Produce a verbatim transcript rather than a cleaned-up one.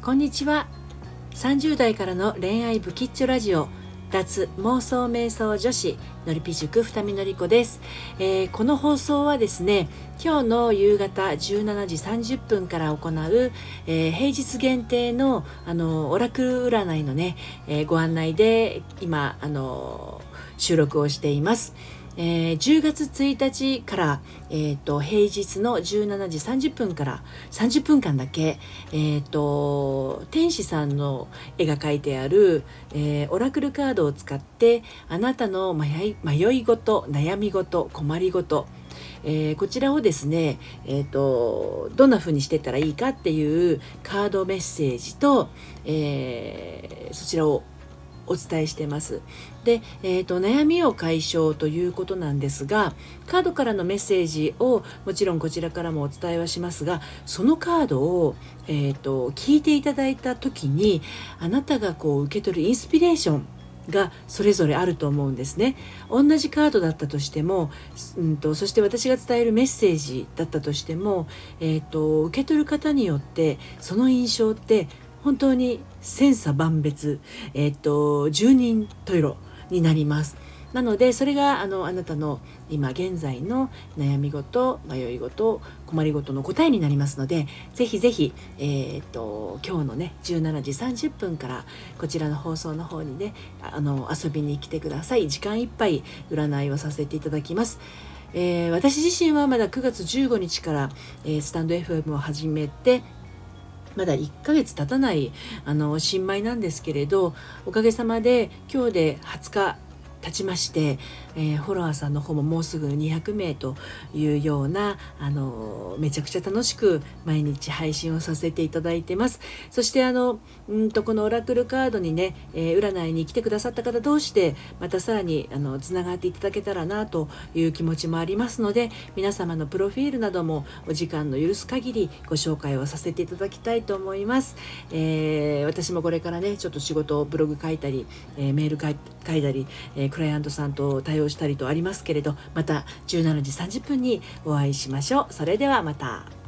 こんにちは。さんじゅう代からの恋愛ブキッチョラジオ、脱妄想瞑想女子のりぴ塾二見のりこです、えー、この放送はですね、今日の夕方じゅうしちじさんじゅっぷんから行う、えー、平日限定のあのオラクル占いのね、えー、ご案内で今あの収録をしています。えー、じゅうがつついたちから、えー、と平日のじゅうしちじさんじゅっぷんからさんじゅっぷんかんだけ、えー、と天使さんの絵が描いてある、えー、オラクルカードを使ってあなたの迷い、迷い事、悩み事、困り事、えー、こちらをですね、えー、とどんな風にしていったらいいかっていうカードメッセージと、えー、そちらをお伝えしてます。で、えーと、悩みを解消ということなんですが、カードからのメッセージをもちろんこちらからもお伝えはしますが、そのカードを、えーと、聞いていただいた時にあなたがこう受け取るインスピレーションがそれぞれあると思うんですね。同じカードだったとしても、うんと、そして私が伝えるメッセージだったとしても、えーと、受け取る方によってその印象って本当に千差万別、えー、と十人十色になります。なのでそれがあのあなたの今現在の悩み事、迷い事、困り事の答えになりますので、ぜひぜひ、えー、と今日のねじゅうしちじさんじゅっぷんからこちらの放送の方にねあの遊びに来てください。時間いっぱい占いをさせていただきます。えー、私自身はまだくがつじゅうごにちから、えー、スタンド エフエム を始めてまだいっかげつ経たないあの新米なんですけれど、おかげさまで今日ではつか経ちまして、えー、フォロワーさんの方ももうすぐにひゃくめいというようなあのめちゃくちゃ楽しく毎日配信をさせていただいてます。そしてあのうんとこのオラクルカードにね、えー、占いに来てくださった方同士でまたさらにあのつながっていただけたらなという気持ちもありますので、皆様のプロフィールなどもお時間の許す限りご紹介をさせていただきたいと思います。えー、私もこれからねちょっと仕事をブログ書いたり、えー、メール書い書いたり、えークライアントさんと対応したりとありますけれど、またじゅうしちじさんじゅっぷんにお会いしましょう。それではまた。